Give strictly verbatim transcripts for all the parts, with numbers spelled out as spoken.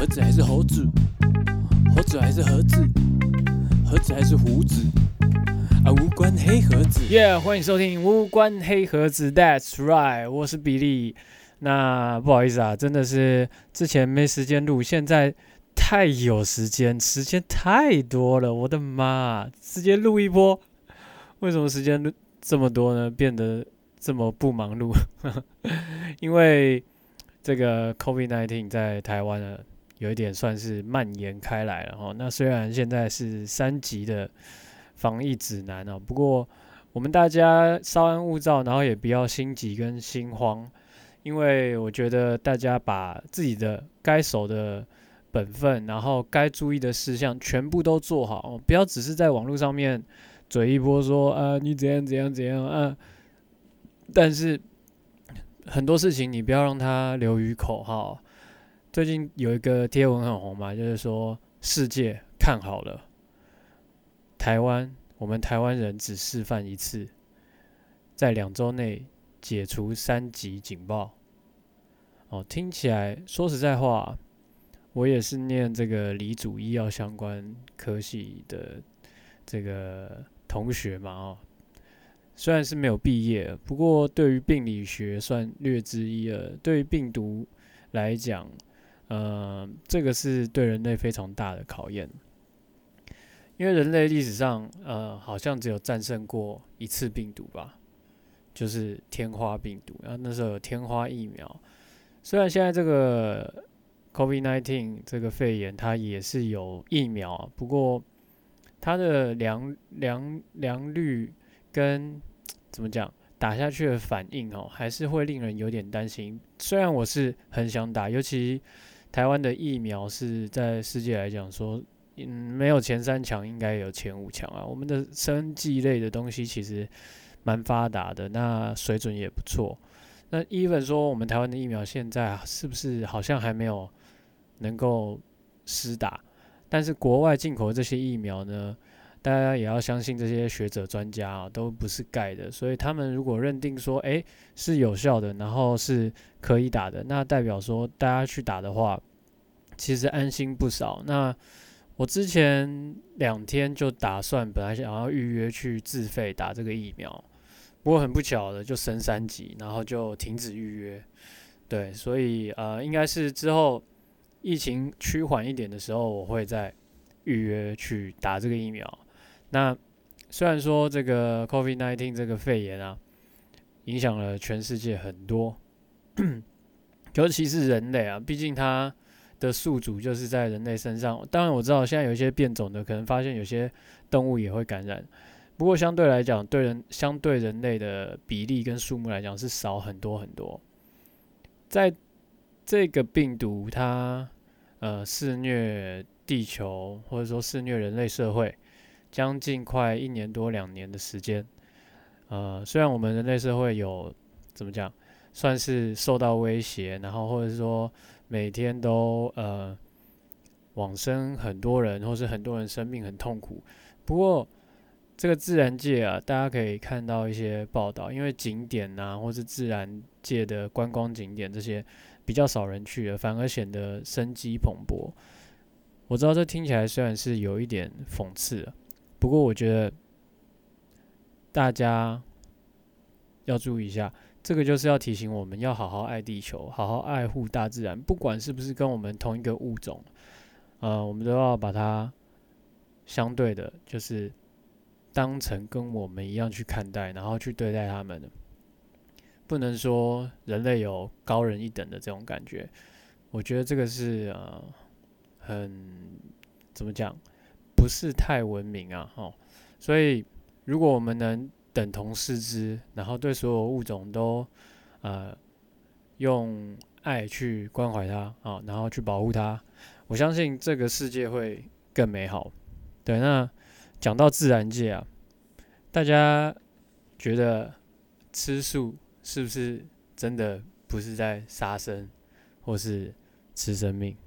盒子还是猴子？猴子还是盒子？盒子还是胡子？啊，无关黑盒子。耶、yeah, 欢迎收听无关黑盒子 ，That's right， 我是比利。那不好意思啊，真的是之前没时间录，现在太有时间，时间太多了，我的妈，直接录一波。为什么时间这么多呢？变得这么不忙碌？因为这个 COVID 十九 在台湾呢，有一点算是蔓延开来了哈。那虽然现在是三级的防疫指南哦，不过我们大家稍安勿躁，然后也不要心急跟心慌，因为我觉得大家把自己的该守的本分，然后该注意的事项全部都做好，不要只是在网络上面嘴一波说啊你怎样怎样怎样啊，但是很多事情你不要让它流于口号。最近有一个贴文很红嘛，就是说世界看好了，台湾我们台湾人只示范一次，在两周内解除三级警报。哦，听起来说实在话，我也是念这个理组医药相关科系的这个同学嘛，哦，虽然是没有毕业，不过对于病理学算略知一二。对于病毒来讲，呃，这个是对人类非常大的考验，因为人类历史上，呃，好像只有战胜过一次病毒吧，就是天花病毒。然后那时候有天花疫苗，虽然现在这个 COVID 十九 这个肺炎它也是有疫苗，不过它的良良良率跟怎么讲打下去的反应哦，还是会令人有点担心。虽然我是很想打，尤其台湾的疫苗是在世界来讲说，嗯，没有前三强，应该有前五强啊。我们的生技类的东西其实蛮发达的，那水准也不错。那 even 说我们台湾的疫苗现在啊，是不是好像还没有能够施打？但是国外进口的这些疫苗呢，大家也要相信这些学者专家啊，都不是盖的，所以他们如果认定说，哎，是有效的，然后是可以打的，那代表说大家去打的话，其实安心不少。那我之前两天就打算本来想要预约去自费打这个疫苗，不过很不巧的就升三级，然后就停止预约。对，所以呃，应该是之后疫情趋缓一点的时候，我会再预约去打这个疫苗。那虽然说这个 COVID 十九 这个肺炎啊，影响了全世界很多，尤其是人类啊，毕竟它的宿主就是在人类身上。当然我知道现在有一些变种的，可能发现有些动物也会感染，不过相对来讲，对人相对人类的比例跟数目来讲是少很多很多。在这个病毒它呃肆虐地球，或者说肆虐人类社会，将近快一年多两年的时间。呃，虽然我们人类社会有怎么讲，算是受到威胁，然后或者是说每天都呃往生很多人，或是很多人生命很痛苦。不过这个自然界啊，大家可以看到一些报道，因为景点啊，或是自然界的观光景点这些比较少人去了，反而显得生机蓬勃。我知道这听起来虽然是有一点讽刺，不过我觉得大家要注意一下，这个就是要提醒我们要好好爱地球，好好爱护大自然，不管是不是跟我们同一个物种，呃，我们都要把它相对的，就是当成跟我们一样去看待，然后去对待他们的，不能说人类有高人一等的这种感觉。我觉得这个是呃很怎么讲，不是太文明啊，齁。所以如果我们能等同视之，然后对所有物种都呃用爱去关怀它啊，然后去保护它，我相信这个世界会更美好。对，那讲到自然界啊，大家觉得吃素是不是真的不是在杀生，或是吃生命？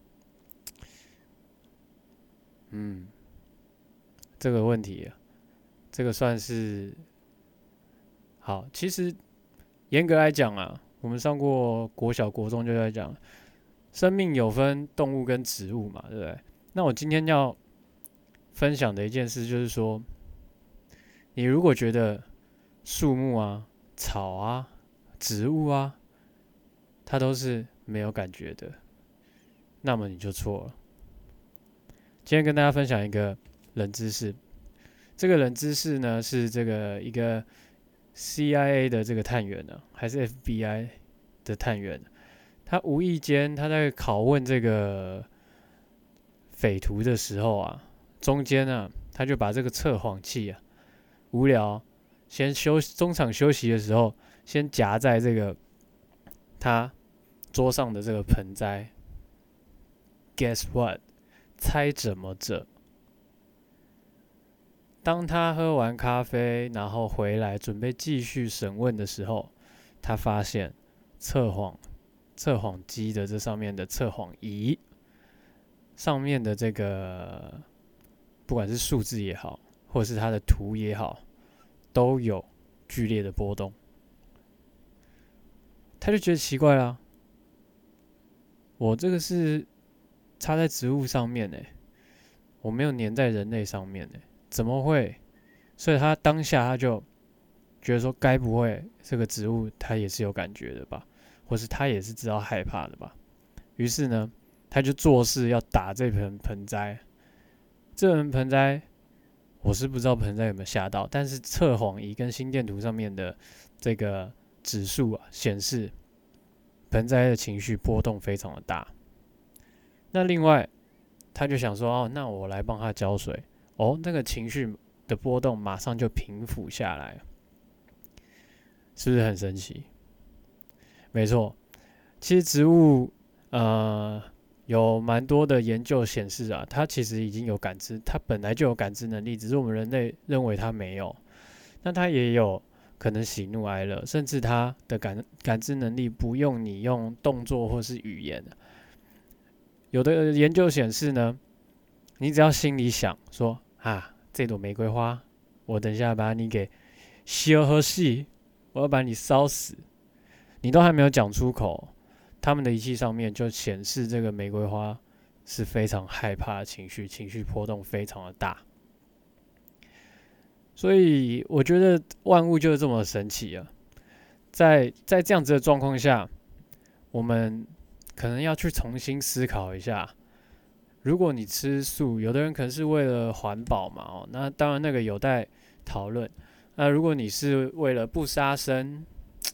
嗯，这个问题啊，这个算是好。其实严格来讲啊，我们上过国小、国中就在讲， 生命有分动物跟植物嘛，对不对？那我今天要分享的一件事就是说，你如果觉得树木啊、草啊、植物啊，它都是没有感觉的，那么你就错了。今天跟大家分享一个冷知识，这个冷知识呢是这个一个 C I A 的这个探员呢、啊，还是 F B I 的探员，他无意间他在拷问这个匪徒的时候啊，中间啊，他就把这个测谎器啊，无聊，先休中场休息的时候，先夹在这个他桌上的这个盆栽。Guess what？ 猜怎么着？当他喝完咖啡，然后回来准备继续审问的时候，他发现测谎测谎机的这上面的测谎仪上面的这个，不管是数字也好，或是它的图也好，都有剧烈的波动。他就觉得奇怪啦，我这个是插在植物上面呢、欸，我没有粘在人类上面呢、欸，怎么会？所以他当下他就觉得说，该不会这个植物它也是有感觉的吧，或是它也是知道害怕的吧？于是呢，他就做事要打这盆盆栽。这盆盆栽，我是不知道盆栽有没有吓到，但是测谎仪跟心电图上面的这个指数啊，显示盆栽的情绪波动非常的大。那另外，他就想说，哦，那我来帮他浇水。哦，那个情绪的波动马上就平复下来，是不是很神奇？没错，其实植物，呃，有蛮多的研究显示啊，它其实已经有感知，它本来就有感知能力，只是我们人类认为它没有。那它也有可能喜怒哀乐，甚至它的感感知能力不用你用动作或是语言。有的研究显示呢，你只要心里想说啊，这朵玫瑰花，我等一下把你给烧和死，我要把你烧死，你都还没有讲出口，他们的仪器上面就显示这个玫瑰花是非常害怕的情绪，情绪波动非常的大。所以我觉得万物就是这么神奇啊！在在这样子的状况下，我们可能要去重新思考一下。如果你吃素，有的人可能是为了环保嘛，哦，那当然那个有待讨论。那如果你是为了不杀生，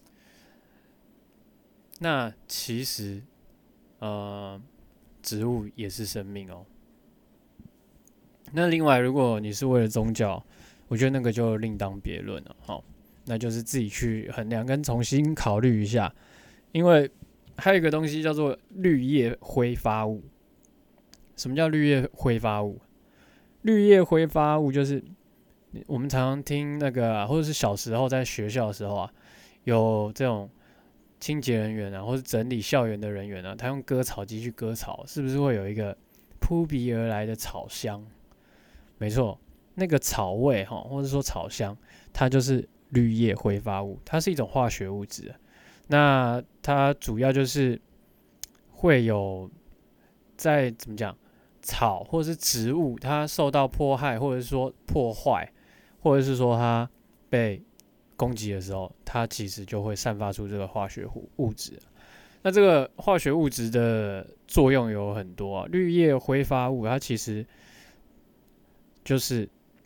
那其实，呃，植物也是生命哦。那另外，如果你是为了宗教，我觉得那个就另当别论了，好，那就是自己去衡量跟重新考虑一下。因为还有一个东西叫做绿叶挥发物。什么叫绿叶挥发物？绿叶挥发物就是我们常常听那个、啊，或者是小时候在学校的时候啊，有这种清洁人员啊，或是整理校园的人员啊，他用割草机去割草，是不是会有一个扑鼻而来的草香？没错，那个草味哈，或者说草香，它就是绿叶挥发物，它是一种化学物质。那它主要就是会有在怎么讲？草或是植物，它受到迫害，或者是说破坏，或者是说它被攻击的时候，它其实就会散发出这个化学物质。那这个化学物质的作用有很多啊，绿叶挥发物它其实就是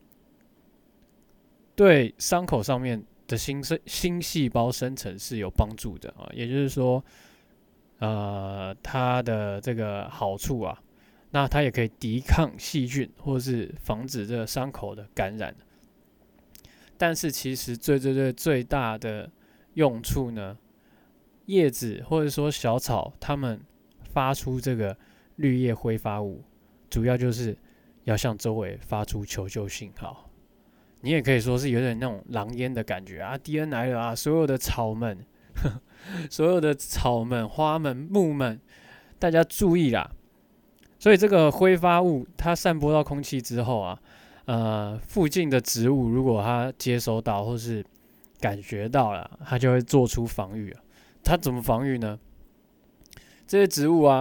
对伤口上面的新新细胞生成是有帮助的啊，也就是说，呃，它的这个好处啊。那它也可以抵抗细菌，或是防止这个伤口的感染。但是其实最最最最大的用处呢，叶子或者说小草，它们发出这个绿叶挥发物，主要就是要向周围发出求救信号。你也可以说是有点那种狼烟的感觉啊 ，D N 来了啊，所有的草们，呵呵所有的草们、花们、木们，大家注意啦！所以这个挥发物它散播到空气之后啊，呃，附近的植物如果它接收到或是感觉到了，它就会做出防御啊。它怎么防御呢？这些植物啊，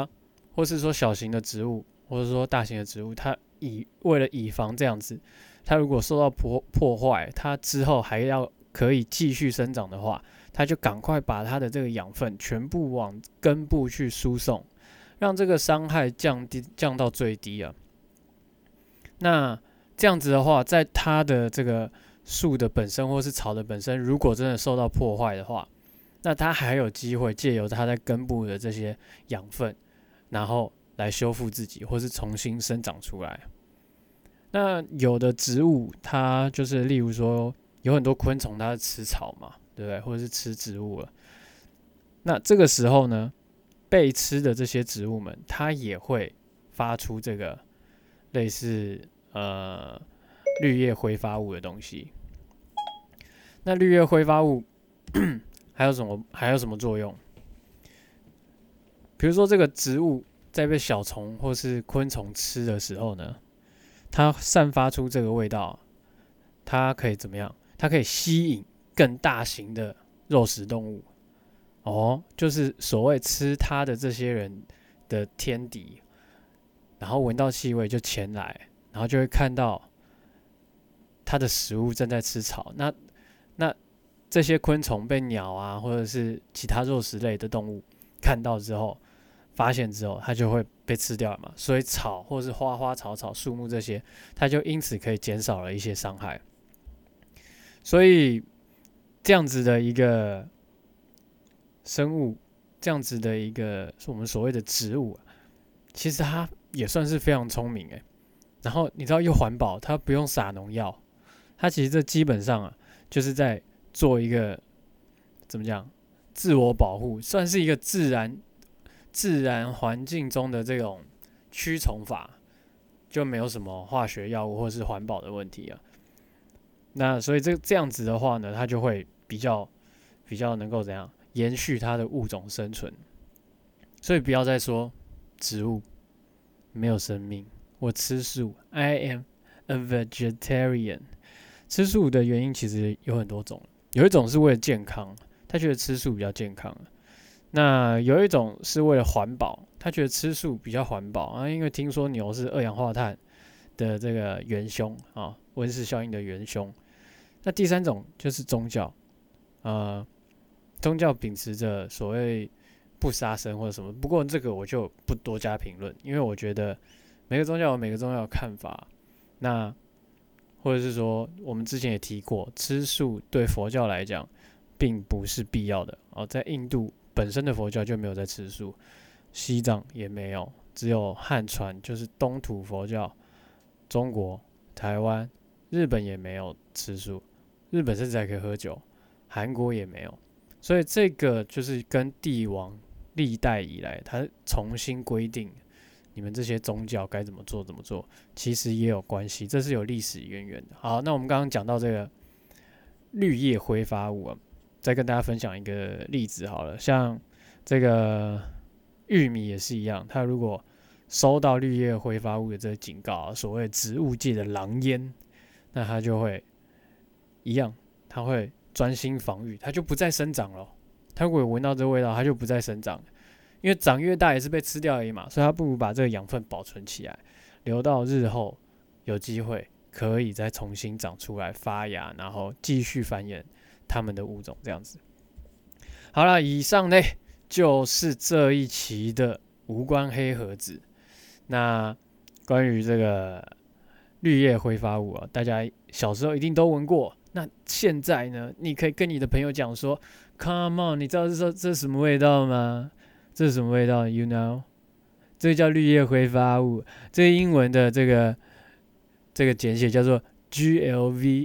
或是说小型的植物，或者说大型的植物，它以为了以防这样子，它如果受到破破坏，它之后还要可以继续生长的话，它就赶快把它的这个养分全部往根部去输送，让这个伤害降低降到最低啊。那这样子的话，在它的这个树的本身或是草的本身，如果真的受到破坏的话，那它还有机会借由它在根部的这些养分，然后来修复自己，或是重新生长出来。那有的植物，它就是例如说，有很多昆虫，它是吃草嘛，对不对？或者是吃植物了。那这个时候呢，被吃的这些植物们，它也会发出这个类似呃绿叶挥发物的东西。那绿叶挥发物还有什么？还有什么作用？比如说，这个植物在被小虫或是昆虫吃的时候呢，它散发出这个味道，它可以怎么样？它可以吸引更大型的肉食动物。哦，就是所谓吃它的这些人的天敌，然后闻到气味就前来，然后就会看到它的食物正在吃草。那那这些昆虫被鸟啊，或者是其他肉食类的动物看到之后，发现之后，它就会被吃掉了嘛。所以草或是花花草草、树木这些，它就因此可以减少了一些伤害。所以这样子的一个生物，这样子的一个我们所谓的植物、啊，其实它也算是非常聪明哎。然后你知道又环保，它不用撒农药，它其实这基本上啊，就是在做一个怎么讲自我保护，算是一个自然自然环境中的这种驱虫法，就没有什么化学药物或是环保的问题啊。那所以这这样子的话呢，它就会比较比较能够怎样延续它的物种生存。所以不要再说植物没有生命，我吃素 ，I am a vegetarian。吃素的原因其实有很多种，有一种是为了健康，他觉得吃素比较健康。那有一种是为了环保，他觉得吃素比较环保啊，因为听说牛是二氧化碳的这个元凶啊，温室效应的元凶。那第三种就是宗教，呃，宗教秉持着所谓不杀生或者什么，不过这个我就不多加评论，因为我觉得每个宗教有每个宗教的看法。那或者是说，我们之前也提过，吃素对佛教来讲并不是必要的哦。在印度本身的佛教就没有在吃素，西藏也没有，只有汉传就是东土佛教，中国、台湾、日本也没有吃素，日本甚至还可以喝酒，韩国也没有。所以这个就是跟帝王历代以来，他重新规定你们这些宗教该怎么做怎么做，其实也有关系，这是有历史渊源的。好，那我们刚刚讲到这个绿叶挥发物啊，再跟大家分享一个例子好了，像这个玉米也是一样，它如果收到绿叶挥发物的这个警告、啊，所谓植物界的狼烟，那它就会一样，它会专心防御，它就不再生长了。它如果有闻到这个味道，它就不再生长了。因为长越大也是被吃掉而已嘛，所以它不如把这个养分保存起来，留到日后有机会可以再重新长出来发芽，然后继续繁衍它们的物种这样子。好了，以上呢就是这一期的无关黑盒子。那关于这个绿叶挥发物啊，大家小时候一定都闻过。那现在呢，你可以跟你的朋友讲说 ，Come on， 你知道这这是什么味道吗？这是什么味道 ？You know， 这个叫绿叶挥发物。这个英文的这个这个简写叫做 G L V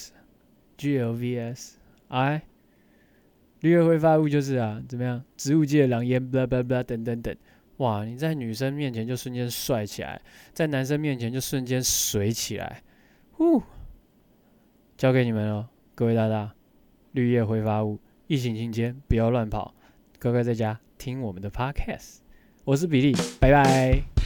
S，G L V S， 哎，绿叶挥发物就是啊，怎么样？植物界的狼烟 ，blah blah blah 等等等。哇，你在女生面前就瞬间帅起来，在男生面前就瞬间水起来。呼，交给你们了，各位大大。绿叶挥发物，疫情期间不要乱跑，乖乖在家听我们的 podcast。我是比利，拜拜。